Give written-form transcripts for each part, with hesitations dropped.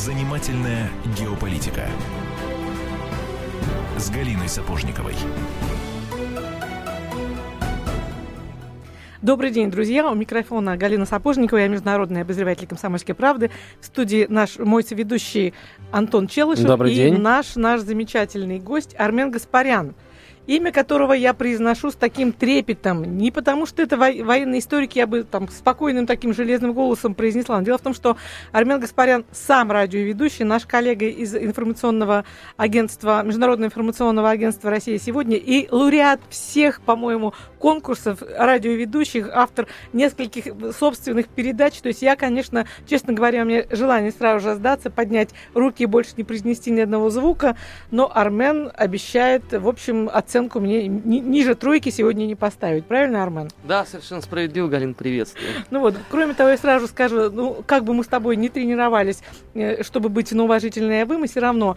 Занимательная геополитика с Галиной Сапожниковой. Добрый день, друзья. У микрофона Галина Сапожникова, я международный обозреватель «Комсомольской правды». В студии мой соведущий Антон Челышев. Добрый день. Наш замечательный гость Армен Гаспарян, имя которого я произношу с таким трепетом. Не потому, что это военный историк, я бы там спокойным таким железным голосом произнесла. Но дело в том, что Армен Гаспарян сам радиоведущий, наш коллега из информационного агентства, Международного информационного агентства «Россия сегодня» и лауреат всех, по-моему, конкурсов радиоведущих, автор нескольких собственных передач. То есть я, конечно, честно говоря, у меня желание сразу же сдаться, поднять руки и больше не произнести ни одного звука. Но Армен обещает, в общем, оценку мне ниже тройки сегодня не поставить. Правильно, Армен? Да, совершенно справедливо, Галин, приветствую. Ну вот, кроме того, я сразу же скажу, как бы мы с тобой не тренировались, чтобы быть уважительной, а вы, мы все равно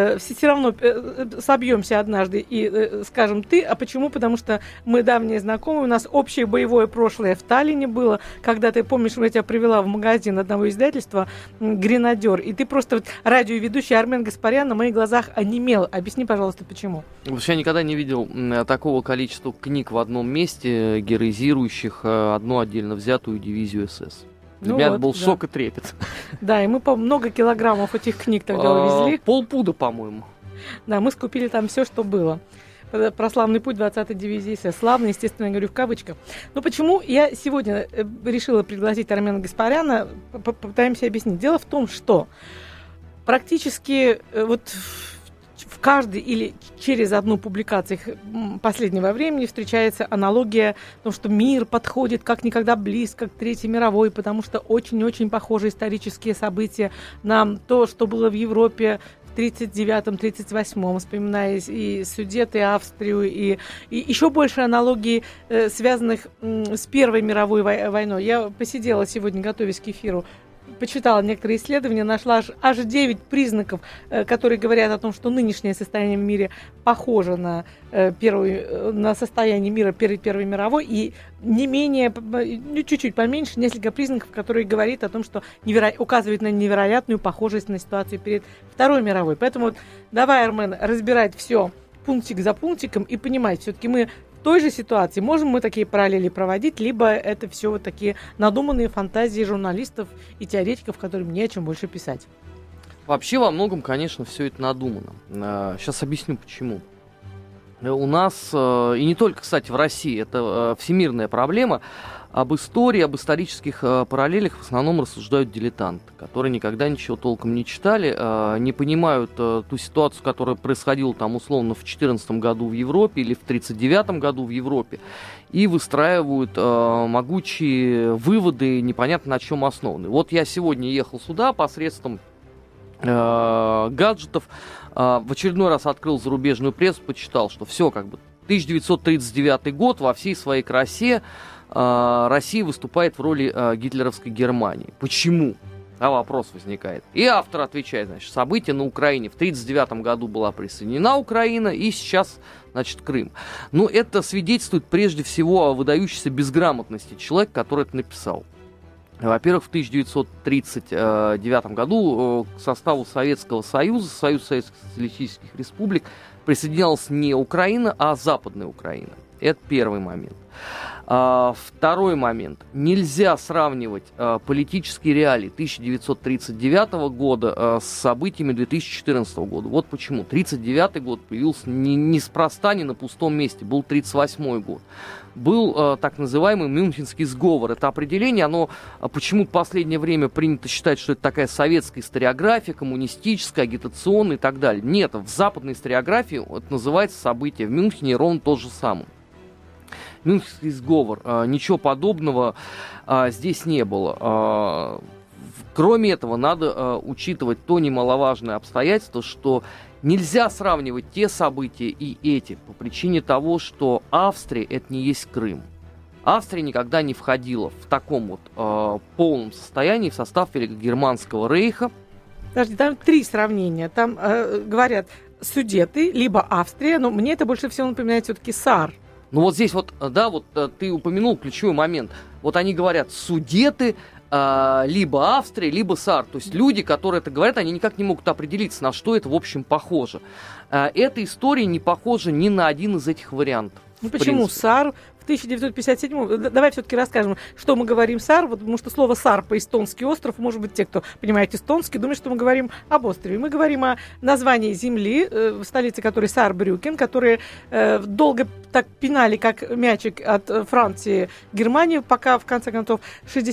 собьемся однажды и скажем ты. А почему? Потому что мы давние знакомые, у нас общее боевое прошлое в Таллине было, когда ты, помнишь, я тебя привела в магазин одного издательства «Гренадер», и ты просто радиоведущий Армен Гаспарян на моих глазах онемел. Объясни, пожалуйста, почему. Вообще, я никогда не видел такого количества книг в одном месте, героизирующих одну отдельно взятую дивизию СС. Для меня был шок и трепет. Да, и мы много килограммов этих книг тогда увезли. Полпуда, по-моему. Да, мы скупили там все, что было. Про славный путь 20-й дивизии СС. Славный, естественно, я говорю в кавычках. Но почему я сегодня решила пригласить Армена Гаспаряна, попытаемся объяснить. Дело в том, что практически в каждой или через одну публикацию последнего времени встречается аналогия о том, что мир подходит как никогда близко к Третьей мировой, потому что очень-очень похожи исторические события на то, что было в Европе в 1939-м, 1938-м, вспоминая и Судеты, и Австрию, и еще больше аналогий, связанных с Первой мировой войной. Я посидела сегодня, готовясь к эфиру, почитала некоторые исследования, нашла аж 9 признаков, которые говорят о том, что нынешнее состояние в мире похоже на состояние мира перед Первой мировой, и не менее, чуть-чуть поменьше, несколько признаков, которые говорят о том, что указывают на невероятную похожесть на ситуацию перед Второй мировой. Поэтому давай, Армен, разбирать все пунктик за пунктиком и понимать, все-таки мы в той же ситуации можем мы такие параллели проводить, либо это все вот такие надуманные фантазии журналистов и теоретиков, которым не о чем больше писать. Вообще во многом, конечно, все это надумано. Сейчас объясню, почему. У нас, и не только, кстати, в России, это всемирная проблема. Об истории, об исторических параллелях в основном рассуждают дилетанты, которые никогда ничего толком не читали, не понимают ту ситуацию, которая происходила там условно в 2014 году в Европе или в 1939 году в Европе, и выстраивают могучие выводы, непонятно на чем основаны. Вот я сегодня ехал сюда посредством гаджетов, в очередной раз открыл зарубежную прессу, почитал, что все 1939 год во всей своей красе Россия выступает в роли гитлеровской Германии. Почему? Вопрос возникает. И автор отвечает, события на Украине. В 1939 году была присоединена Украина, и сейчас, Крым. Но это свидетельствует прежде всего о выдающейся безграмотности человека, который это написал. Во-первых, в 1939 году к составу Советского Союза, Союз Советских Социалистических Республик, присоединялась не Украина, а Западная Украина. Это первый момент. Второй момент. Нельзя сравнивать политические реалии 1939 года с событиями 2014 года. Вот почему. 1939 год появился неспроста, не на пустом месте. Был 1938 год. Был так называемый Мюнхенский сговор. Это определение, оно почему-то в последнее время принято считать, что это такая советская историография, коммунистическая, агитационная и так далее. Нет, в западной историографии это называется событие. В Мюнхене ровно то же самое. Мюнхенский сговор. Ничего подобного здесь не было. Кроме этого, надо учитывать то немаловажное обстоятельство, что нельзя сравнивать те события и эти по причине того, что Австрия — это не есть Крым. Австрия никогда не входила в таком полном состоянии в состав Великогерманского рейха. Подожди, там 3 сравнения. Там говорят Судеты, либо Австрия, но мне это больше всего напоминает все-таки САР. Ну вот здесь ты упомянул ключевой момент. Вот они говорят, Судеты либо Австрия, либо САР. То есть люди, которые это говорят, они никак не могут определиться, на что это, в общем, похоже. Эта история не похожа ни на один из этих вариантов. Ну почему САР в 1957-м? Давай все-таки расскажем, что мы говорим САР, потому что слово САР по-эстонски остров, может быть, те, кто понимает эстонский, думают, что мы говорим об острове. Мы говорим о названии земли, в столице которой Саарбрюкен, которые долго так пинали, как мячик от Франции Германию, пока, в конце концов,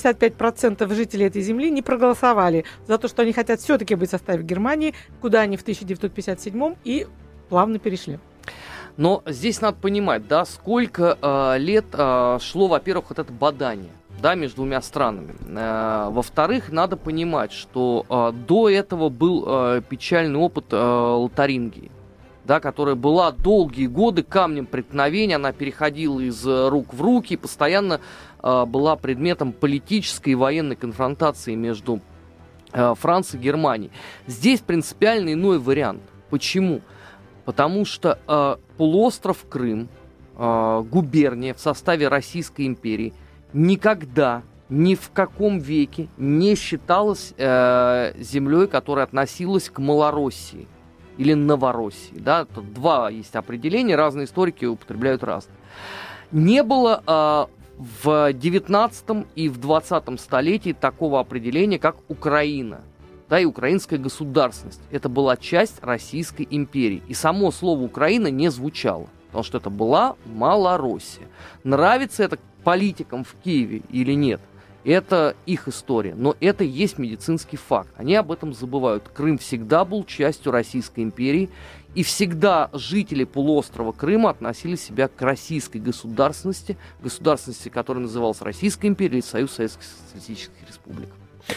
65% жителей этой земли не проголосовали за то, что они хотят все-таки быть в составе Германии, куда они в 1957-м и плавно перешли. Но здесь надо понимать, да, сколько лет шло, во-первых, вот это бадание, да, между двумя странами. Во-вторых, надо понимать, что до этого был печальный опыт Лотарингии, да, которая была долгие годы камнем преткновения, она переходила из рук в руки, постоянно была предметом политической и военной конфронтации между Францией и Германией. Здесь принципиально иной вариант. Почему? Потому что полуостров Крым, губерния в составе Российской империи, никогда, ни в каком веке не считалась землей, которая относилась к Малороссии или Новороссии. Да? Тут два есть определения, разные историки употребляют разные. Не было в 19 и в 20 столетии такого определения, как Украина. Да, и украинская государственность. Это была часть Российской империи. И само слово «Украина» не звучало, потому что это была Малороссия. Нравится это политикам в Киеве или нет, это их история. Но это и есть медицинский факт. Они об этом забывают. Крым всегда был частью Российской империи, и всегда жители полуострова Крыма относили себя к российской государственности, которая называлась Российской империей или Союз Советских Социалистических Республик.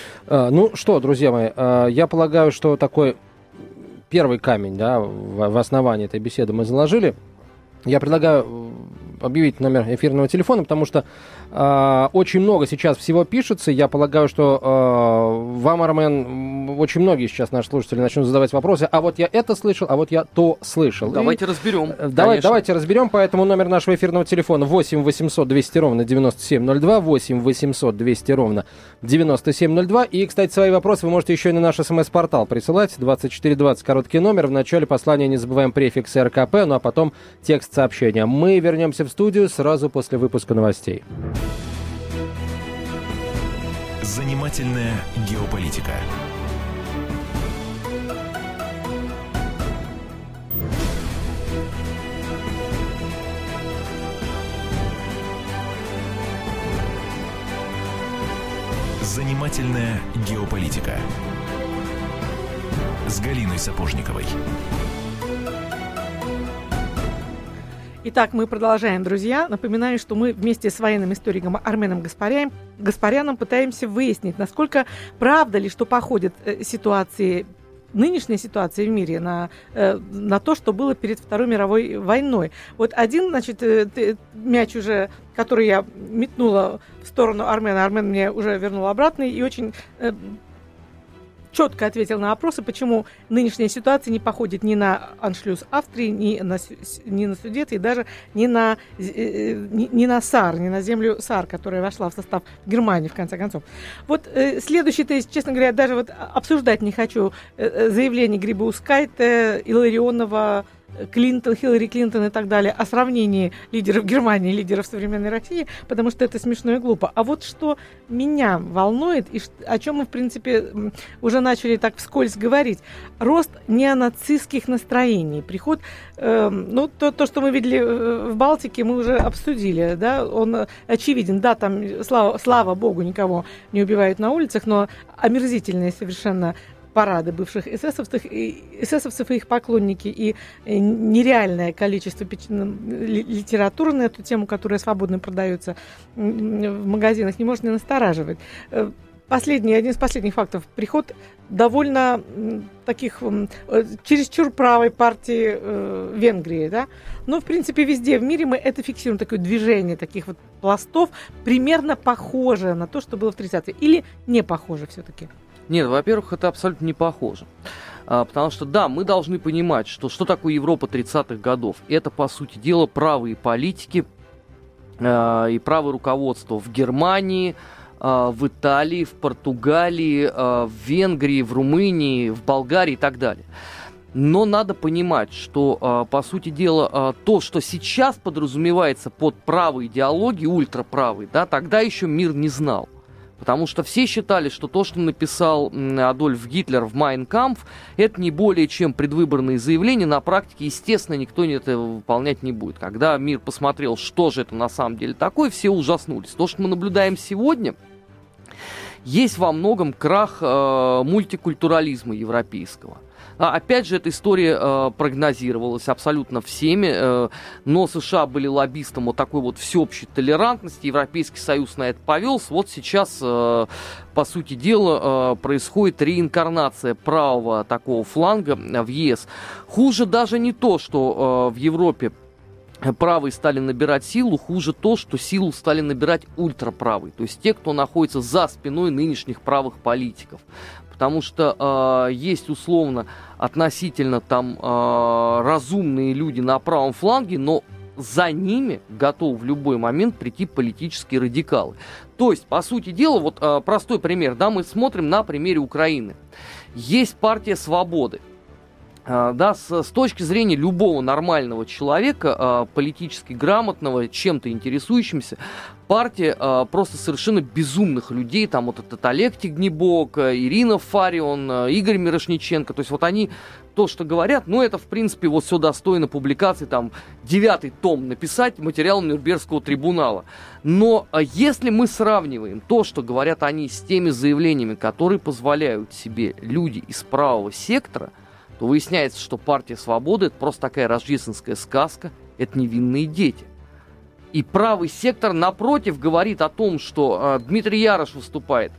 Ну что, друзья мои, я полагаю, что такой первый камень, да, в основании этой беседы мы заложили. Я предлагаю объявить номер эфирного телефона, потому что очень много сейчас всего пишется. Я полагаю, что вам, Армен, очень многие сейчас наши слушатели начнут задавать вопросы. А вот я это слышал, а вот я то слышал. Давайте разберем. Давайте разберем. Поэтому номер нашего эфирного телефона 8 800 200 ровно 9702, 8 800 200 ровно 9702. И, кстати, свои вопросы вы можете еще и на наш СМС-портал присылать. 2420, короткий номер. В начале послания не забываем префикс РКП, ну а потом текст сообщения. Мы вернемся в студию сразу после выпуска новостей. Занимательная геополитика. Занимательная геополитика. С Галиной Сапожниковой. Итак, мы продолжаем, друзья. Напоминаю, что мы вместе с военным историком Арменом Гаспаряном пытаемся выяснить, насколько правда ли, что походит нынешняя ситуация в мире на то, что было перед Второй мировой войной. Вот один, значит, мяч уже, который я метнула в сторону Армена, Армен мне уже вернул обратно и очень четко ответил на вопросы, почему нынешняя ситуация не походит ни на аншлюз Австрии, ни на Судеты, и даже ни на САР, ни на землю САР, которая вошла в состав Германии, в конце концов. Вот следующий тезис, честно говоря, даже вот обсуждать не хочу заявление Грибаускайте, Илларионова, Хиллари Клинтон и так далее о сравнении лидеров Германии и лидеров современной России, потому что это смешно и глупо. А вот что меня волнует, и о чем мы, в принципе, уже начали так вскользь говорить, рост неонацистских настроений, приход, то, что мы видели в Балтике, мы уже обсудили, да, он очевиден, да, там, слава богу, никого не убивают на улицах, но омерзительные совершенно парады бывших эсэсовцев и их поклонники, и нереальное количество литературы на эту тему, которая свободно продается в магазинах, не может не настораживать. Один из последних фактов. Приход довольно таких чересчур правой партии Венгрии. Да? Но, в принципе, везде в мире мы это фиксируем. Такое движение таких вот пластов, примерно похожее на то, что было в 30-е. Или не похоже все-таки? Нет, во-первых, это абсолютно не похоже. Потому что, да, мы должны понимать, что такое Европа 30-х годов. Это, по сути дела, правые политики и правое руководство в Германии, в Италии, в Португалии, в Венгрии, в Румынии, в Болгарии и так далее. Но надо понимать, что, по сути дела, то, что сейчас подразумевается под правой идеологией, ультраправой, да, тогда еще мир не знал. Потому что все считали, что то, что написал Адольф Гитлер в «Майн кампф», это не более чем предвыборные заявления. На практике, естественно, никто это выполнять не будет. Когда мир посмотрел, что же это на самом деле такое, все ужаснулись. То, что мы наблюдаем сегодня, есть во многом крах мультикультурализма европейского. Опять же, эта история прогнозировалась абсолютно всеми, но США были лоббистом вот такой вот всеобщей толерантности, Европейский Союз на это повелся. Вот сейчас, по сути дела, происходит реинкарнация правого такого фланга в ЕС. Хуже даже не то, что в Европе правые стали набирать силу, хуже то, что силу стали набирать ультраправые, то есть те, кто находится за спиной нынешних правых политиков. Потому что есть условно относительно там разумные люди на правом фланге, но за ними готовы в любой момент прийти политические радикалы. То есть, по сути дела, вот простой пример, да, мы смотрим на примере Украины. Есть партия «Свободы». Да, с точки зрения любого нормального человека, политически грамотного, чем-то интересующимся, партия просто совершенно безумных людей, там вот этот Олег Тягнебок, Ирина Фарион, Игорь Мирошниченко, то есть вот они то, что говорят, ну это в принципе вот все достойно публикации, там 9-й том написать материал Нюрнбергского трибунала. Но если мы сравниваем то, что говорят они, с теми заявлениями, которые позволяют себе люди из правого сектора, то выясняется, что партия «Свободы» — это просто такая рождественская сказка, это невинные дети. И правый сектор, напротив, говорит о том, что Дмитрий Ярош выступает.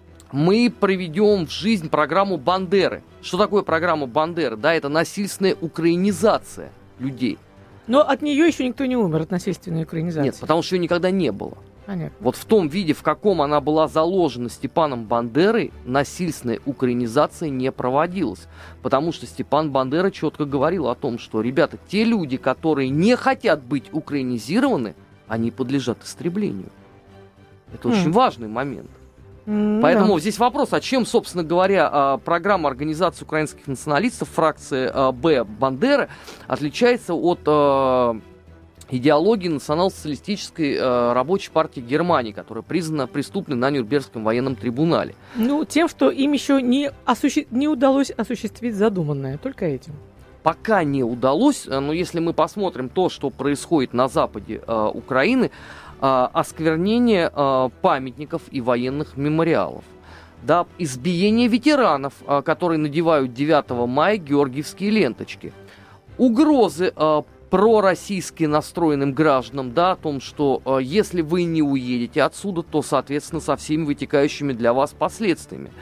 Мы проведем в жизнь программу Бандеры. Что такое программа Бандеры? Да, это насильственная украинизация людей. Но от нее еще никто не умер, от насильственной украинизации. Нет, потому что ее никогда не было. Понятно. Вот в том виде, в каком она была заложена Степаном Бандерой, насильственная украинизация не проводилась. Потому что Степан Бандера четко говорил о том, что, ребята, те люди, которые не хотят быть украинизированы, они подлежат истреблению. Это очень важный момент. Поэтому здесь вопрос, а чем, собственно говоря, программа Организации украинских националистов, фракции Б Бандеры, отличается от идеологии национал-социалистической рабочей партии Германии, которая признана преступной на Нюрнбергском военном трибунале. Ну, тем, что им еще не удалось осуществить задуманное, только этим. Пока не удалось, но если мы посмотрим то, что происходит на западе Украины, осквернение памятников и военных мемориалов, да, избиение ветеранов, которые надевают 9 мая георгиевские ленточки, угрозы пророссийски настроенным гражданам, да, о том, что если вы не уедете отсюда, то, соответственно, со всеми вытекающими для вас последствиями.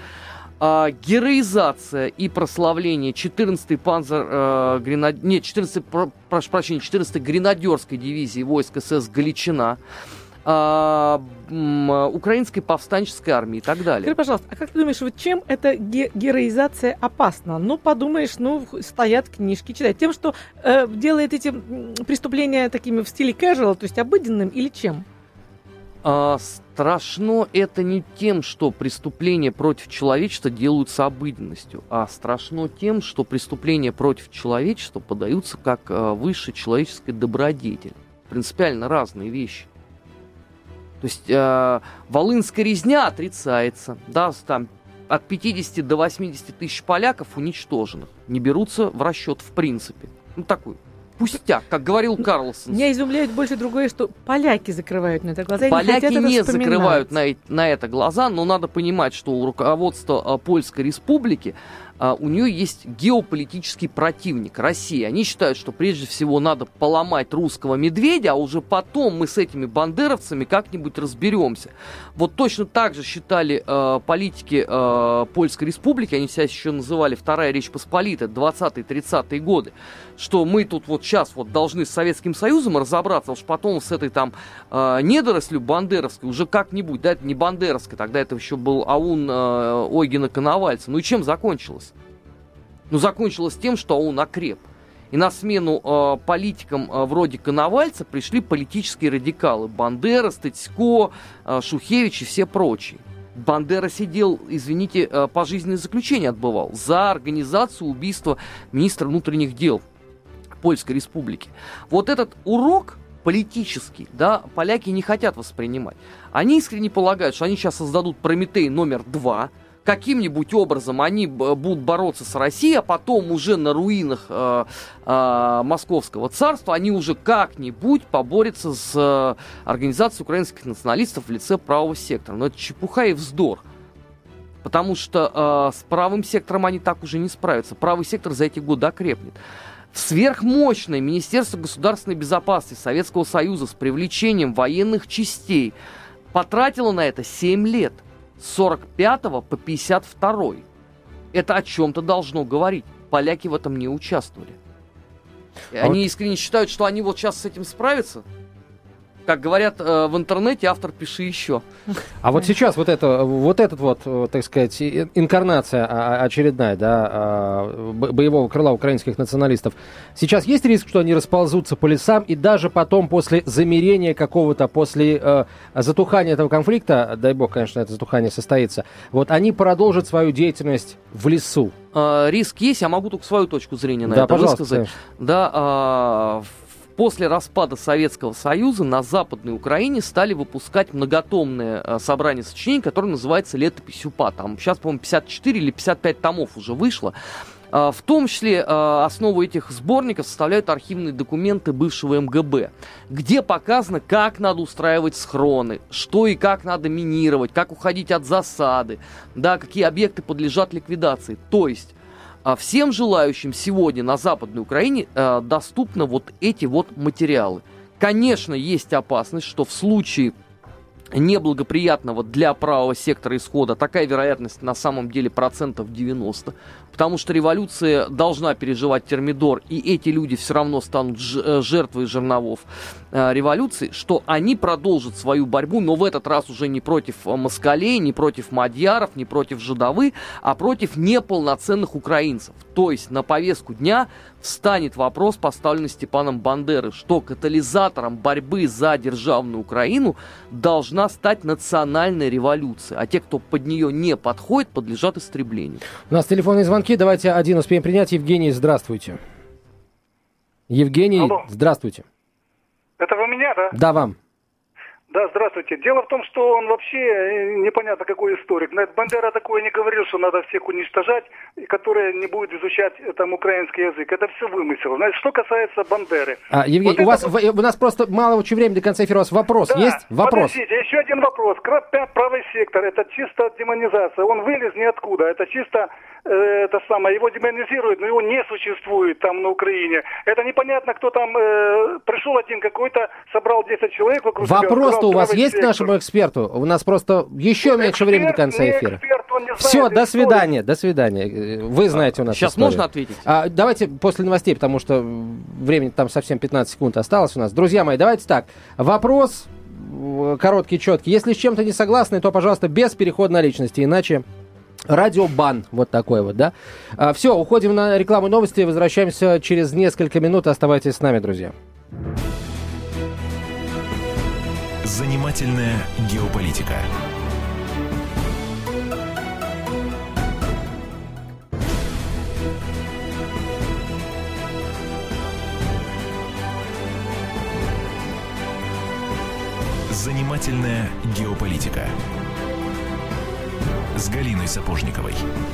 Героизация и прославление 14-й 14-й гренадерской дивизии войск СС «Галичина», украинской повстанческой армии и так далее. Скажи, пожалуйста, а как ты думаешь, вот чем эта героизация опасна? Ну, подумаешь, стоят книжки, читают. Тем, что делает эти преступления такими в стиле casual, то есть обыденным, или чем? Страшно это не тем, что преступления против человечества делаются обыденностью, а страшно тем, что преступления против человечества подаются как высший человеческий добродетель. Принципиально разные вещи. То есть волынская резня отрицается, да, там от 50 до 80 тысяч поляков уничтоженных не берутся в расчет в принципе. Ну такой пустяк, как говорил Карлсон. Меня изумляет больше другое, что поляки закрывают на это глаза. Поляки не закрывают на это глаза, но надо понимать, что у руководства Польской Республики у нее есть геополитический противник, Россия. Они считают, что прежде всего надо поломать русского медведя, а уже потом мы с этими бандеровцами как-нибудь разберемся. Вот точно так же считали политики Польской Республики, они себя еще называли Вторая Речь Посполитая, 20-30-е годы, что мы тут вот сейчас вот должны с Советским Союзом разобраться, уж потом с этой там недорослью бандеровской уже как-нибудь, да, это не бандеровская, тогда это еще был аун Ойгена Коновальца. Ну и чем закончилось? Ну, закончилось тем, что он окреп. И на смену политикам вроде Коновальца пришли политические радикалы. Бандера, Статько, Шухевич и все прочие. Бандера сидел, извините, пожизненное заключение отбывал за организацию убийства министра внутренних дел Польской Республики. Вот этот урок политический, да, поляки не хотят воспринимать. Они искренне полагают, что они сейчас создадут Прометей номер 2, каким-нибудь образом они будут бороться с Россией, а потом уже на руинах Московского царства они уже как-нибудь поборются с организацией украинских националистов в лице правого сектора. Но это чепуха и вздор. Потому что с правым сектором они так уже не справятся. Правый сектор за эти годы окрепнет. Сверхмощное Министерство государственной безопасности Советского Союза с привлечением военных частей потратило на это 7 лет. С 45 по 52. Это о чем-то должно говорить. Поляки в этом не участвовали. Они искренне считают, что они вот сейчас с этим справятся. Как говорят в интернете, автор пиши еще. А вот сейчас вот этот вот, так сказать, инкарнация очередная, да, боевого крыла украинских националистов. Сейчас есть риск, что они расползутся по лесам, и даже потом после замирения какого-то, после затухания этого конфликта, дай бог, конечно, это затухание состоится, вот они продолжат свою деятельность в лесу? Риск есть, я могу только свою точку зрения на это высказать. Да, после распада Советского Союза на Западной Украине стали выпускать многотомное собрание сочинений, которое называется «Летопись УПА». Там сейчас, по-моему, 54 или 55 томов уже вышло. В том числе основу этих сборников составляют архивные документы бывшего МГБ, где показано, как надо устраивать схроны, что и как надо минировать, как уходить от засады, да, какие объекты подлежат ликвидации. То есть всем желающим сегодня на Западной Украине доступны вот эти вот материалы. Конечно, есть опасность, что в случае неблагоприятного для правого сектора исхода, такая вероятность на самом деле 90%, потому что революция должна переживать термидор, и эти люди все равно станут жертвой жерновов революции, что они продолжат свою борьбу, но в этот раз уже не против москалей, не против мадьяров, не против жидовы, а против неполноценных украинцев. То есть на повестку дня встанет вопрос, поставленный Степаном Бандерой, что катализатором борьбы за державную Украину должна стать национальная революция, а те, кто под нее не подходит, подлежат истреблению. У нас телефонные звонки, давайте один успеем принять. Евгений, здравствуйте. Евгений, алло. Здравствуйте. Это вы меня, да? Да, вам. Да, здравствуйте. Дело в том, что он вообще непонятно какой историк. Бандера такое не говорил, что надо всех уничтожать, которые не будут изучать там украинский язык. Это все вымысел. Значит, что касается Бандеры. Евгений, вот у нас просто мало очень времени до конца эфира. У вас вопрос да, есть? Вопрос. Подождите, еще один вопрос. Правый сектор, это чисто демонизация. Он вылез ниоткуда. Это чисто его демонизируют, но его не существует там на Украине. Это непонятно, кто там пришел один какой-то, собрал 10 человек вокруг себя. Вопрос-то у вас есть к нашему эксперту? У нас просто еще меньше времени до конца эфира. Все, до свидания, до свидания. Вы знаете у нас сейчас историю. Можно ответить? Давайте после новостей, потому что времени там совсем 15 секунд осталось у нас. Друзья мои, давайте так. Вопрос короткий, четкий. Если с чем-то не согласны, то, пожалуйста, без перехода на личности, иначе... Радиобан, вот такой вот, да. Все, уходим на рекламу, новости, возвращаемся через несколько минут. Оставайтесь с нами, друзья. Занимательная геополитика. Занимательная геополитика. С Галиной Сапожниковой.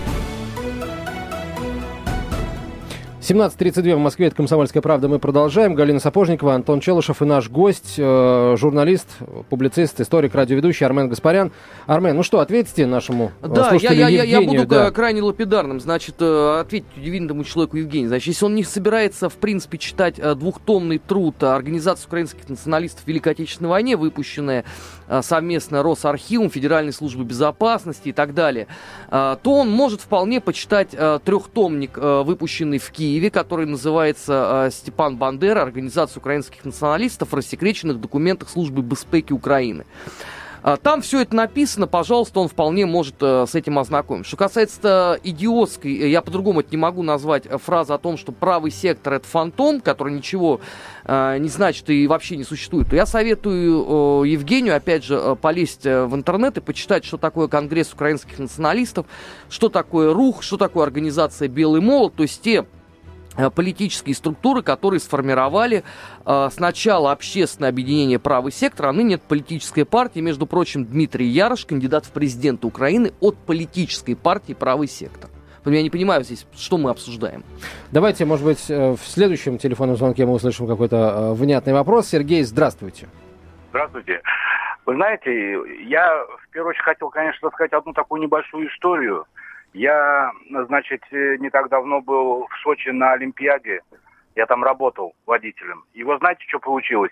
17:32 в Москве, это «Комсомольская правда». Мы продолжаем. Галина Сапожникова, Антон Челышев и наш гость, журналист, публицист, историк, радиоведущий Армен Гаспарян. Армен, ну что, ответьте нашему слушателю Евгению? Я буду крайне лапидарным. Значит, ответить удивительному человеку Евгению. Значит, если он не собирается, в принципе, читать двухтомный труд Организации украинских националистов в Великой Отечественной войне, выпущенное совместно Росархивом, Федеральной службой безопасности и так далее, то он может вполне почитать трехтомник, выпущенный в Киеве, который называется «Степан Бандера. Организация украинских националистов в рассекреченных документах службы безпеки Украины». Там все это написано, пожалуйста, он вполне может с этим ознакомиться. Что касается идиотской, я по-другому это не могу назвать, фразы о том, что правый сектор — это фантом, который ничего не значит и вообще не существует, то я советую Евгению, опять же, полезть в интернет и почитать, что такое Конгресс украинских националистов, что такое РУХ, что такое организация «Белый молот», то есть те политические структуры, которые сформировали сначала общественное объединение «Правый сектор», а ныне это политическая партия. Между прочим, Дмитрий Ярош, кандидат в президенты Украины от политической партии «Правый сектор». Я не понимаю здесь, что мы обсуждаем. Давайте, может быть, в следующем телефонном звонке мы услышим какой-то внятный вопрос. Сергей, здравствуйте. Здравствуйте. Вы знаете, я в первую очередь хотел, конечно, рассказать одну такую небольшую историю. Я, значит, не так давно был в Сочи на Олимпиаде. Я там работал водителем. И вы знаете, что получилось?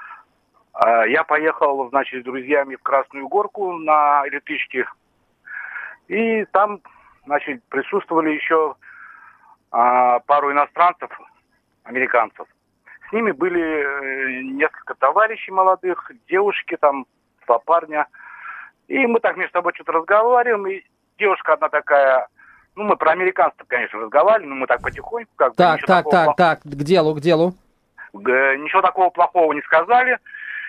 Я поехал, значит, с друзьями в Красную Горку на электричке. И там, значит, присутствовали еще пару иностранцев, американцев. С ними были несколько товарищей молодых, девушки, там, два парня. И мы так между собой что-то разговариваем, и девушка одна такая, ну, мы про американцев, конечно, разговаривали, но мы так потихоньку, как бы... Так, к делу. Ничего такого плохого не сказали.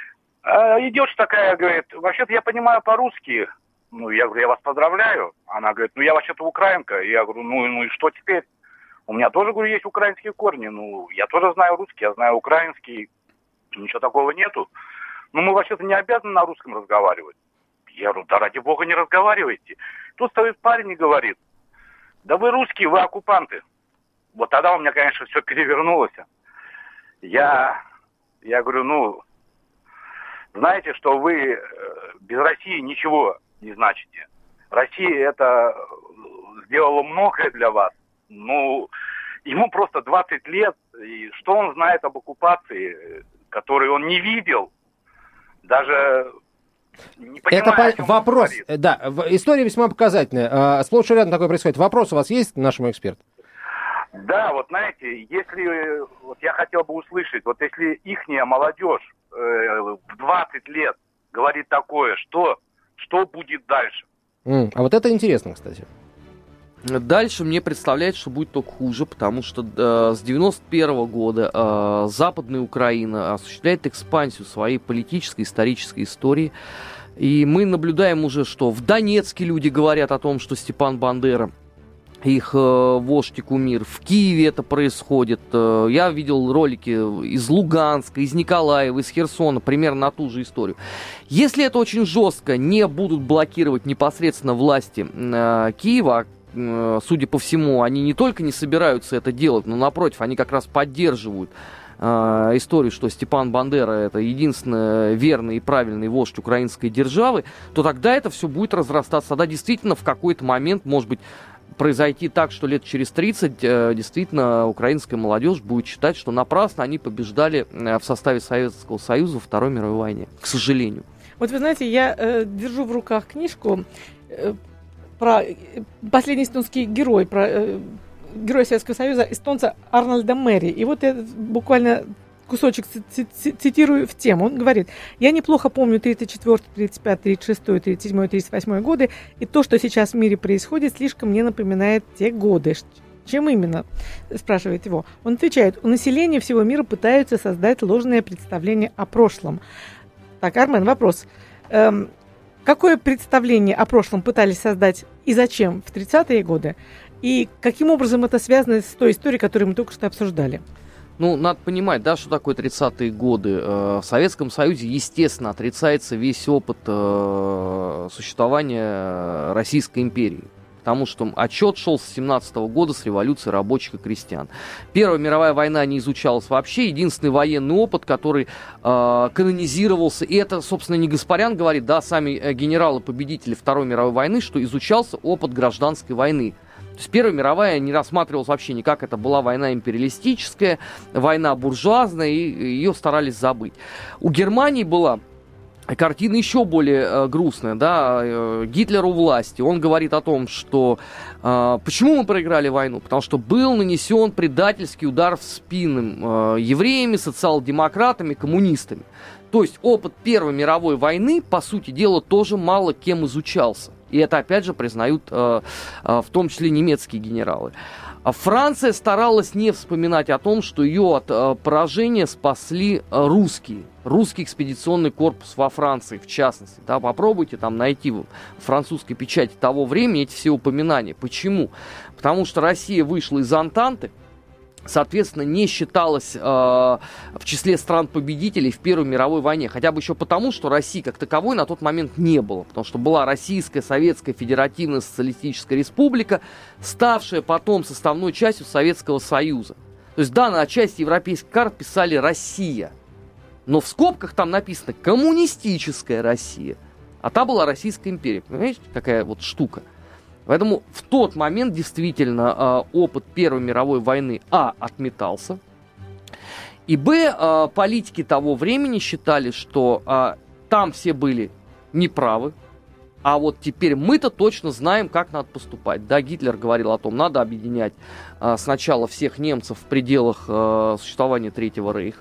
И девушка такая говорит: вообще-то я понимаю по-русски. Ну, я говорю: я вас поздравляю. Она говорит: ну, я вообще-то украинка. Я говорю: ну и что теперь? У меня тоже, говорю, есть украинские корни. Ну, я тоже знаю русский, я знаю украинский. Ничего такого нету. Ну, мы вообще-то не обязаны на русском разговаривать. Я говорю: да ради бога не разговаривайте. Тут стоит парень и говорит: да вы русские, вы оккупанты. Вот тогда у меня, конечно, все перевернулось. Я говорю: ну, знаете, что вы без России ничего не значите. Россия это сделала многое для вас. Ну, ему просто 20 лет, и что он знает об оккупации, которую он не видел, даже... Не понимаю, это вопрос, да, история весьма показательная. Сплошь и рядом такое происходит. Вопрос у вас есть к нашему эксперту? Да, вот знаете, если вот я хотел бы услышать, вот если ихняя молодежь в 20 лет говорит такое, что будет дальше? А вот это интересно, кстати. Дальше мне представляется, что будет только хуже, потому что с 91 года Западная Украина осуществляет экспансию своей политической, исторической истории. И мы наблюдаем уже, что в Донецке люди говорят о том, что Степан Бандера их вождь и кумир. В Киеве это происходит. Я видел ролики из Луганска, из Николаева, из Херсона, примерно на ту же историю. Если это очень жестко не будут блокировать непосредственно власти Киева, судя по всему, они не только не собираются это делать, но напротив, они как раз поддерживают историю, что Степан Бандера это единственный верный и правильный вождь украинской державы, то тогда это все будет разрастаться. Тогда действительно в какой-то момент, может быть, произойти так, что лет через 30 действительно украинская молодежь будет считать, что напрасно они побеждали в составе Советского Союза во Второй мировой войне, к сожалению. Вот вы знаете, я держу в руках книжку про последний эстонский герой, про героя Советского Союза, эстонца Арнольда Мэри. И вот я буквально кусочек цитирую в тему. Он говорит: «Я неплохо помню 34, 35, 36, 37, 38 годы, и то, что сейчас в мире происходит, слишком мне напоминает те годы». Чем именно? Спрашивает его. Он отвечает: у населения всего мира пытаются создать ложное представление о прошлом. Так, Армен, вопрос. Какое представление о прошлом пытались создать и зачем в 30-е годы? И каким образом это связано с той историей, которую мы только что обсуждали? Ну, надо понимать, да, что такое 30-е годы. В Советском Союзе, естественно, отрицается весь опыт существования Российской империи. Потому что отчет шел с 17 года, с революции рабочих и крестьян. Первая мировая война не изучалась вообще. Единственный военный опыт, который канонизировался, и это, собственно, не Гаспарян говорит, да, сами генералы-победители Второй мировой войны, что изучался опыт гражданской войны. То есть Первая мировая не рассматривалась вообще никак. Это была война империалистическая, война буржуазная, и ее старались забыть. У Германии была картина еще более грустная, да, Гитлер у власти. Он говорит о том, что почему мы проиграли войну? Потому что был нанесен предательский удар в спину евреями, социал-демократами, коммунистами. То есть опыт Первой мировой войны, по сути дела, тоже мало кем изучался. И это, опять же, признают в том числе немецкие генералы. Франция старалась не вспоминать о том, что ее от поражения спасли русские. Русский экспедиционный корпус во Франции, в частности. Да, попробуйте там найти в французской печати того времени эти все упоминания. Почему? Потому что Россия вышла из Антанты, соответственно, не считалась в числе стран-победителей в Первой мировой войне. Хотя бы еще потому, что России как таковой на тот момент не было. Потому что была Российская Советская Федеративная Социалистическая Республика, ставшая потом составной частью Советского Союза. То есть, да, на части европейских карт писали «Россия». Но в скобках там написано «Коммунистическая Россия». А та была Российская империя. Понимаете, какая вот штука? Поэтому в тот момент действительно опыт Первой мировой войны отметался, и политики того времени считали, что там все были неправы, а вот теперь мы-то точно знаем, как надо поступать. Да, Гитлер говорил о том, надо объединять сначала всех немцев в пределах существования Третьего Рейха,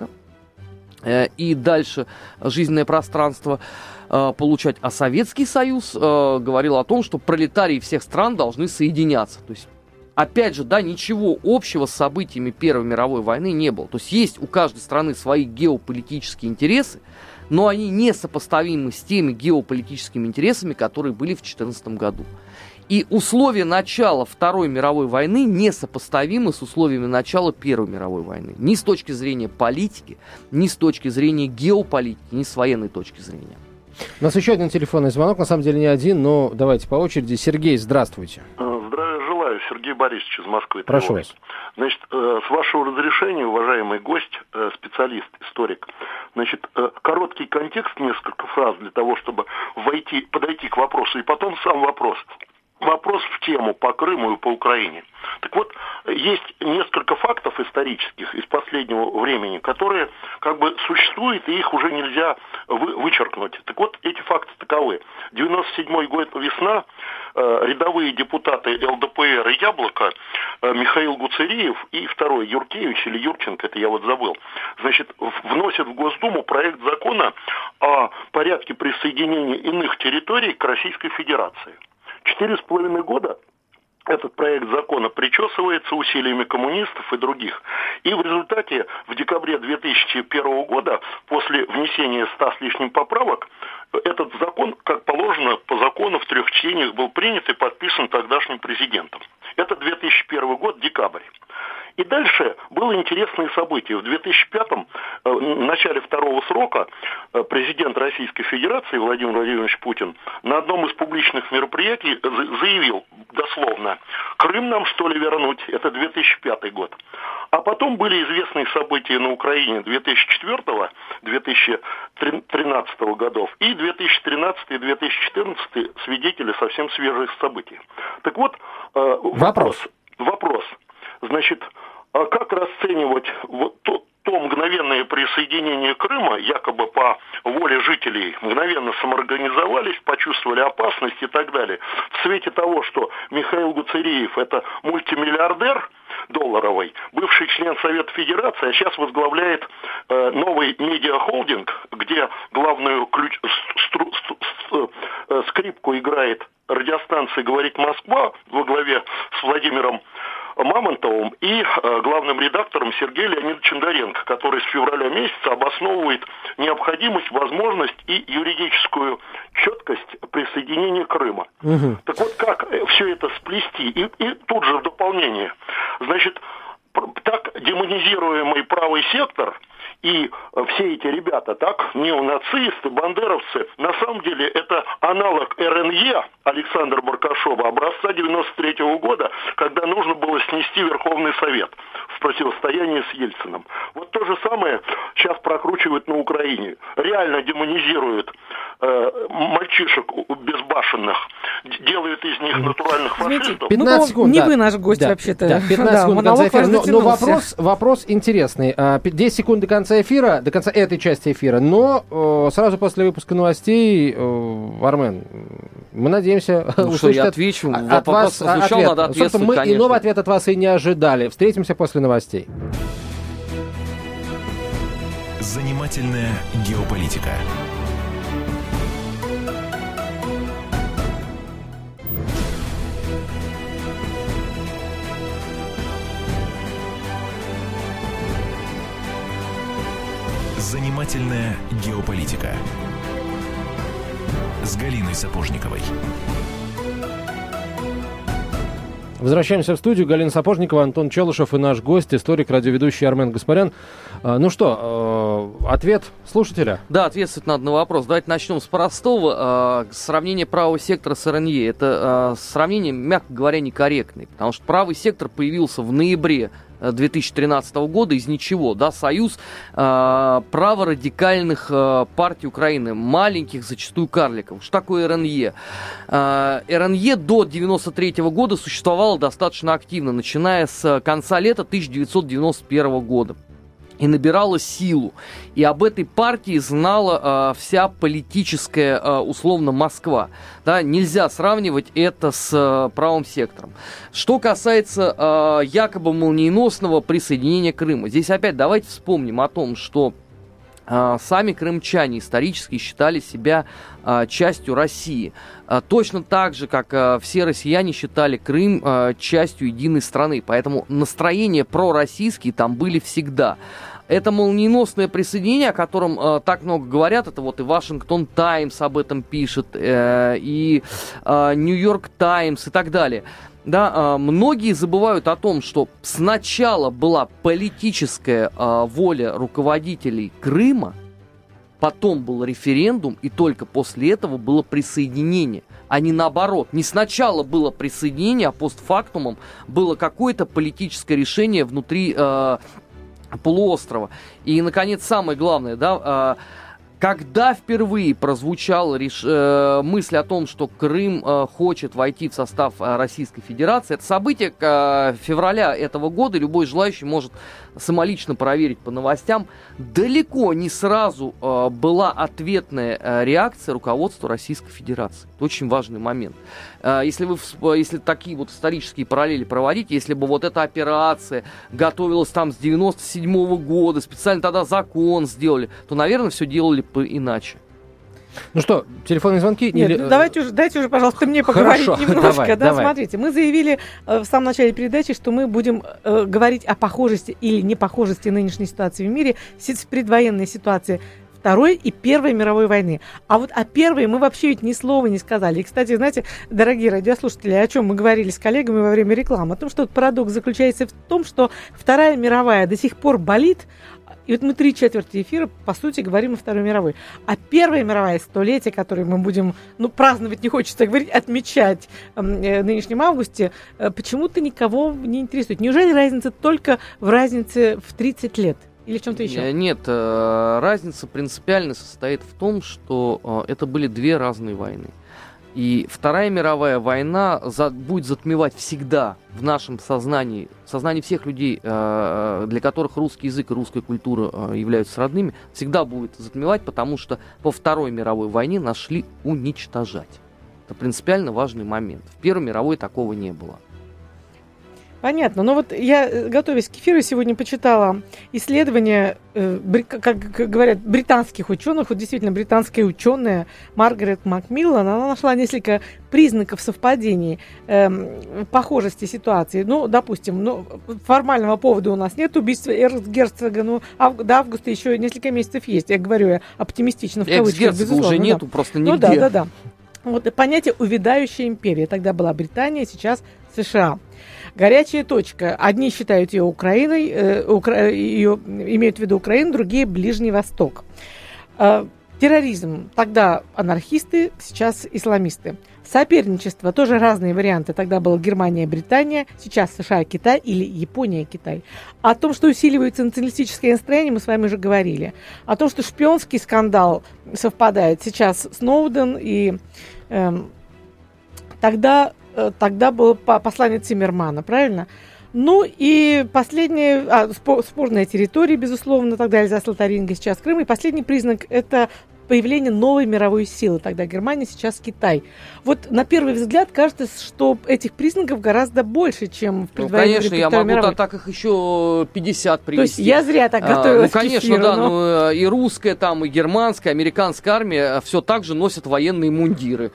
и дальше жизненное пространство получать. А Советский Союз говорил о том, что пролетарии всех стран должны соединяться. То есть, опять же, да, ничего общего с событиями Первой мировой войны не было. То есть есть у каждой страны свои геополитические интересы, но они не сопоставимы с теми геополитическими интересами, которые были в 2014 году. И условия начала Второй мировой войны несопоставимы с условиями начала Первой мировой войны. Ни с точки зрения политики, ни с точки зрения геополитики, ни с военной точки зрения. У нас еще один телефонный звонок, на самом деле не один, но давайте по очереди. Сергей, здравствуйте. Здравия желаю, Сергей Борисович из Москвы. Прошу вас. Значит, с вашего разрешения, уважаемый гость, специалист, историк, значит, короткий контекст, несколько фраз для того, чтобы подойти к вопросу, и потом сам вопрос. Вопрос в тему по Крыму и по Украине. Так вот, есть несколько фактов исторических из последнего времени, которые как бы существуют, и их уже нельзя вычеркнуть. Так вот, эти факты таковы. 97-й год весна, рядовые депутаты ЛДПР и Яблоко, Михаил Гуцериев и второй Юркевич или Юрченко, это я вот забыл, значит, вносят в Госдуму проект закона о порядке присоединения иных территорий к Российской Федерации. 4,5 года этот проект закона причесывается усилиями коммунистов и других. И в результате в декабре 2001 года, после внесения 100 с лишним поправок, этот закон, как положено по закону, в 3 чтениях был принят и подписан тогдашним президентом. Это 2001 год, декабрь. И дальше было интересное событие. В 2005-м, в начале второго срока, президент Российской Федерации Владимир Владимирович Путин на одном из публичных мероприятий заявил дословно: «Крым нам, что ли, вернуть?» Это 2005 год. А потом были известные события на Украине 2004-2013 годов и 2013-2014 свидетели совсем свежих событий. Так вот, вопрос. Значит, как расценивать вот то мгновенное присоединение Крыма, якобы по воле жителей, мгновенно самоорганизовались, почувствовали опасность и так далее, в свете того, что Михаил Гуцериев – это мультимиллиардер долларовый, бывший член Совета Федерации, а сейчас возглавляет новый медиахолдинг, где главную скрипку играет радиостанция «Говорит Москва» во главе с Владимиром Мамонтовым и главным редактором Сергеем Леонидовичем Доренко, который с февраля месяца обосновывает необходимость, возможность и юридическую четкость присоединения Крыма. Угу. Так вот, как все это сплести? И тут же в дополнение. Значит, так демонизируемый правый сектор и все эти ребята, так, неонацисты, бандеровцы, на самом деле это аналог РНЕ Александра Баркашова образца 93-го года, когда нужно было снести Верховный Совет в противостоянии с Ельциным. Вот то же самое сейчас прокручивают на Украине. Реально демонизируют мальчишек безбашенных, делают из них натуральных фашистов. 15 секунд, не вы наш гость вообще-то. Да, 15 секунд до конца эфира. Но вопрос интересный. 10 секунд до конца эфира, до конца этой части эфира, но сразу после выпуска новостей, Армен, мы надеемся услышать я отвечу. От вас ответ. Надо ответствовать, мы конечно. иного ответа от вас и не ожидали. Встретимся после новостей. Занимательная геополитика. Занимательная геополитика с Галиной Сапожниковой. Возвращаемся в студию. Галина Сапожникова, Антон Челышев и наш гость, историк, радиоведущий Армен Гаспарян. Ну что, ответ слушателя? Да, ответствовать надо на вопрос. Давайте начнем с простого. Сравнение правого сектора с РНЕ. Это сравнение, мягко говоря, некорректное. Потому что правый сектор появился в ноябре 2013 года из ничего, да, союз праворадикальных партий Украины, маленьких, зачастую карликов. Что такое РНЕ? РНЕ до 1993 года существовало достаточно активно, начиная с конца лета 1991 года. И набирала силу. И об этой партии знала вся политическая, условно, Москва. Да, нельзя сравнивать это с правым сектором. Что касается якобы молниеносного присоединения Крыма. Здесь опять давайте вспомним о том, что сами крымчане исторически считали себя частью России. Точно так же, как все россияне считали Крым частью единой страны. Поэтому настроения пророссийские там были всегда. Это молниеносное присоединение, о котором так много говорят, это вот и Вашингтон Таймс об этом пишет, и Нью-Йорк Таймс и так далее. Да, многие забывают о том, что сначала была политическая воля руководителей Крыма, потом был референдум, и только после этого было присоединение, а не наоборот. Не сначала было присоединение, а постфактумом было какое-то политическое решение внутри полуострова. И, наконец, самое главное, да, когда впервые прозвучала мысль о том, что Крым хочет войти в состав Российской Федерации, это событие февраля этого года, любой желающий может самолично проверить по новостям, далеко не сразу была ответная реакция руководства Российской Федерации. Это очень важный момент. Если такие вот исторические параллели проводить, если бы вот эта операция готовилась там с 97 года, специально тогда закон сделали, то, наверное, все делали иначе. Ну что, телефонные звонки? Нет, или... дайте уже, пожалуйста, мне поговорить. Хорошо, немножко. Давай. Смотрите, мы заявили в самом начале передачи, что мы будем говорить о похожести или непохожести нынешней ситуации в мире с предвоенной ситуацией Второй и Первой мировой войны. А вот о Первой мы вообще ведь ни слова не сказали. И, кстати, знаете, дорогие радиослушатели, о чем мы говорили с коллегами во время рекламы? О том, что парадокс заключается в том, что Вторая мировая до сих пор болит. И вот мы 3/4 эфира, по сути, говорим о Второй мировой. А Первая мировая столетие, которое мы будем, праздновать не хочется говорить, отмечать в нынешнем августе, почему-то никого не интересует. Неужели разница только в разнице в 30 лет? Или в чем-то еще? Нет, разница принципиально состоит в том, что это были две разные войны. И Вторая мировая война будет затмевать всегда в нашем сознании, в сознании всех людей, для которых русский язык и русская культура являются родными, всегда будет затмевать, потому что по Второй мировой войне нас шли уничтожать. Это принципиально важный момент. В Первой мировой такого не было. Понятно. Но вот я, готовясь к эфиру, сегодня почитала исследования, как говорят, британских ученых. Вот действительно, британская ученая Маргарет Макмиллан, она нашла несколько признаков совпадений, похожести ситуации. Допустим, формального повода у нас нет, убийства эрцгерцога, до августа еще несколько месяцев есть. Я говорю оптимистично, в кавычках, безусловно. Уже нету, просто нигде. Да. Вот понятие «увядающая империя». Тогда была Британия, сейчас США. Горячая точка. Одни считают ее Украиной, ее имеют в виду Украину, другие – Ближний Восток. Терроризм. Тогда анархисты, сейчас исламисты. Соперничество. Тоже разные варианты. Тогда была Германия, Британия, сейчас США, Китай или Япония, Китай. О том, что усиливается националистическое настроение, мы с вами уже говорили. О том, что шпионский скандал совпадает. Сейчас Сноуден и тогда был посланец Циммермана, правильно? Ну и последняя, спорная территория, безусловно, тогда Эльзас, Лотарингия, сейчас Крым. И последний признак – это появление новой мировой силы. Тогда Германия, сейчас Китай. Вот на первый взгляд кажется, что этих признаков гораздо больше, чем в предвоенной конечно, я могу так их еще 50 привести. То есть я зря так готовилась конечно, к эфиру, да, но... и русская, там, и германская, американская армия все так же носят военные мундиры.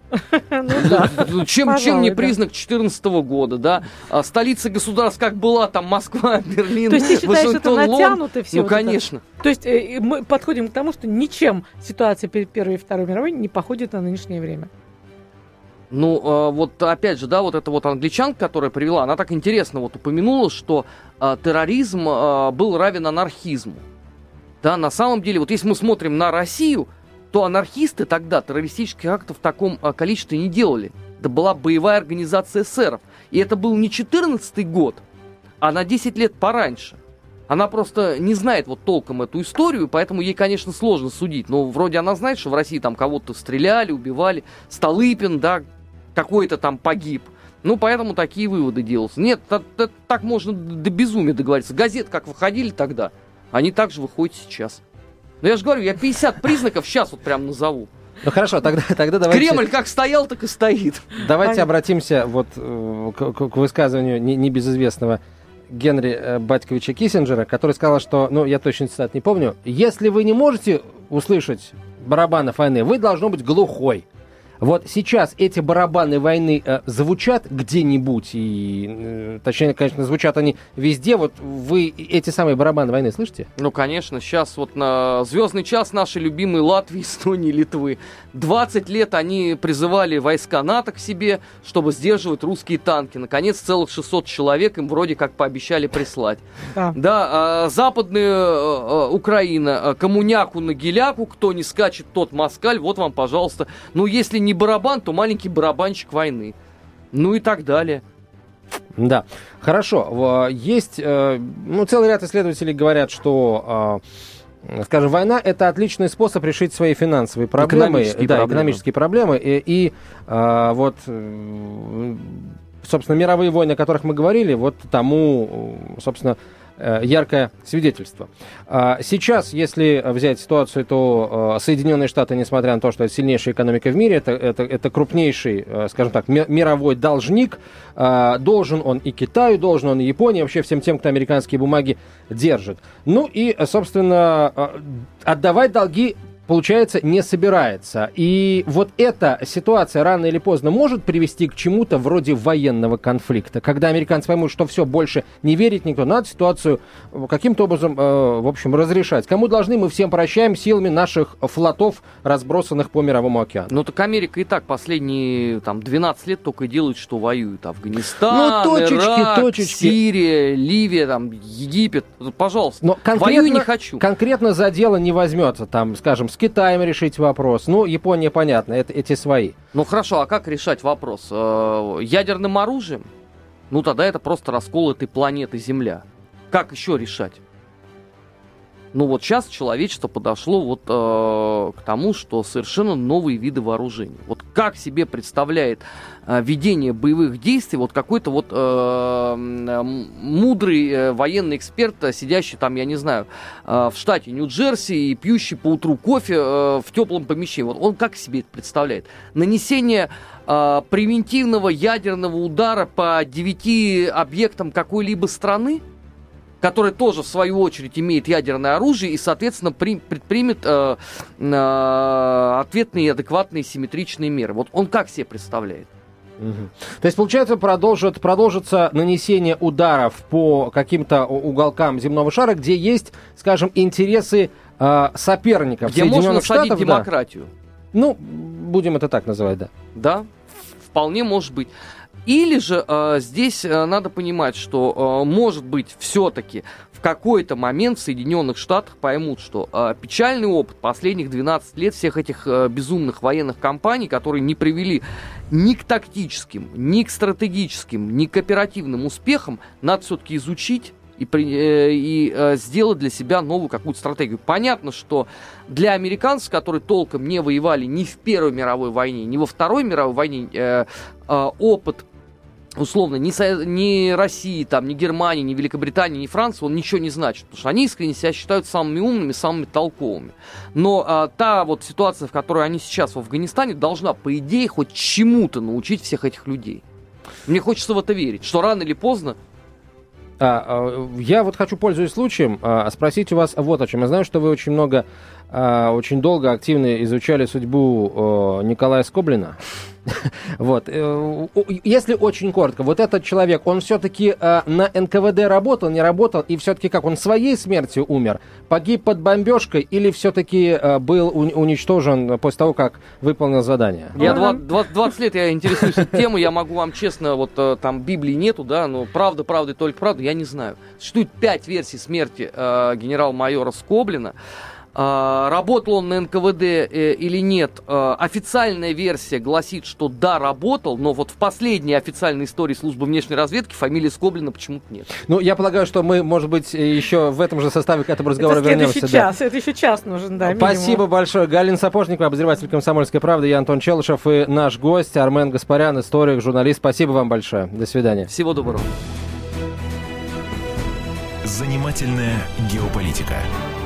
Чем не признак 2014 года, да? Столица государств как была, там Москва, Берлин, То есть ты считаешь, что это натянуто все? Ну, конечно. То есть мы подходим к тому, что ничем ситуация перед Первой и Второй мировой не походит на нынешнее время. Ну, вот опять же, да, вот эта вот англичанка, которая привела, она так интересно вот упомянула, что терроризм был равен анархизму. Да, на самом деле, вот если мы смотрим на Россию, то анархисты тогда террористических актов в таком количестве не делали. Это была боевая организация эсеров. И это был не 14-й год, а на 10 лет пораньше. Она просто не знает вот толком эту историю, поэтому ей, конечно, сложно судить. Но вроде она знает, что в России там кого-то стреляли, убивали. Столыпин, да, какой-то там погиб. Ну, поэтому такие выводы делаются. Нет, так можно до безумия договориться. Газеты как выходили тогда, они так же выходят сейчас. Ну, я же говорю, я 50 признаков сейчас вот прям назову. Ну, хорошо, тогда давайте... Кремль как стоял, так и стоит. Давайте обратимся вот к высказыванию небезызвестного Генри Батьковича Киссинджера, который сказал, что, ну, я точно цитат не помню, если вы не можете услышать барабанов войны, вы должны быть глухой. Вот сейчас эти барабаны войны звучат где-нибудь, и, точнее, конечно, звучат они везде. Вот вы эти самые барабаны войны слышите? Ну, конечно, сейчас вот на «Звездный час» наши любимые Латвии, Эстонии, Литвы. 20 лет они призывали войска НАТО к себе, чтобы сдерживать русские танки. Наконец, целых 600 человек им вроде как пообещали прислать. Да, западная Украина, коммуняку на геляку, кто не скачет, тот москаль, вот вам, пожалуйста. Ну, если не барабан, то маленький барабанщик войны. Ну и так далее. Да, хорошо. Есть, целый ряд исследователей говорят, что, скажем, война — это отличный способ решить свои финансовые проблемы. Экономические проблемы. И вот, собственно, мировые войны, о которых мы говорили, вот тому, собственно, яркое свидетельство. Сейчас, если взять ситуацию, то Соединенные Штаты, несмотря на то, что это сильнейшая экономика в мире, это крупнейший, скажем так, мировой должник. Должен он и Китаю, должен он и Японии, вообще всем тем, кто американские бумаги держит. Ну и, собственно, отдавать долги, получается, не собирается. И вот эта ситуация рано или поздно может привести к чему-то вроде военного конфликта. Когда американцы поймут, что все, больше не верить никто, надо ситуацию каким-то образом, в общем, разрешать. Кому должны, мы всем прощаем силами наших флотов, разбросанных по Мировому океану. Ну так Америка и так последние 12 лет только и делает, что воюет. Афганистан, Ирак, Сирия, Ливия, Египет. Пожалуйста, но воюй не хочу. Конкретно за дело не возьмется, скажем, с Китаем решить вопрос. Ну, Япония, понятно, это эти свои. Ну, хорошо, а как решать вопрос? Ядерным оружием? Ну, тогда это просто раскол этой планеты Земля. Как еще решать? Ну, вот сейчас человечество подошло к тому, что совершенно новые виды вооружений. Вот как себе представляет ведение боевых действий какой-то мудрый военный эксперт, сидящий я не знаю, в штате Нью-Джерси и пьющий по утру кофе в теплом помещении. Вот он как себе это представляет? Нанесение превентивного ядерного удара по 9 объектам какой-либо страны, который тоже, в свою очередь, имеет ядерное оружие и, соответственно, предпримет ответные, адекватные, симметричные меры. Вот он как себе представляет? Угу. То есть, получается, продолжится нанесение ударов по каким-то уголкам земного шара, где есть, скажем, интересы соперников. Где можно насадить демократию. Да. Ну, будем это так называть, да. Да, вполне может быть. Или же здесь надо понимать, что, может быть, все-таки в какой-то момент в Соединенных Штатах поймут, что печальный опыт последних 12 лет всех этих безумных военных кампаний, которые не привели ни к тактическим, ни к стратегическим, ни к оперативным успехам, надо все-таки изучить и сделать для себя новую какую-то стратегию. Понятно, что для американцев, которые толком не воевали ни в Первой мировой войне, ни во Второй мировой войне, опыт условно, ни России, там, ни Германии, ни Великобритании, ни Франции, он ничего не значит. Потому что они искренне себя считают самыми умными, самыми толковыми. Но та вот ситуация, в которой они сейчас в Афганистане, должна, по идее, хоть чему-то научить всех этих людей. Мне хочется в это верить, что рано или поздно. Я вот хочу, пользуясь случаем, спросить у вас вот о чем. Я знаю, что вы очень долго активно изучали судьбу Николая Скоблина. Вот. Если очень коротко, вот этот человек, он все-таки на НКВД работал, не работал, и все-таки как, он своей смертью умер? Погиб под бомбежкой или все-таки был уничтожен после того, как выполнил задание? Я 20 лет я интересуюсь этой темой, я могу вам честно, вот там Библии нету, да, но правда и только правда, я не знаю. Существует 5 версий смерти генерал-майора Скоблина. Работал он на НКВД или нет, официальная версия гласит, что да, работал, но вот в последней официальной истории службы внешней разведки фамилии Скоблина почему-то нет. Ну, я полагаю, что мы, может быть, еще в этом же составе к этому разговору вернемся. Это еще час нужен, да, минимум. Спасибо большое. Галина Сапожникова, обозреватель «Комсомольской правды», я Антон Челышев и наш гость Армен Гаспарян, историк, журналист. Спасибо вам большое. До свидания. Всего доброго. Занимательная геополитика.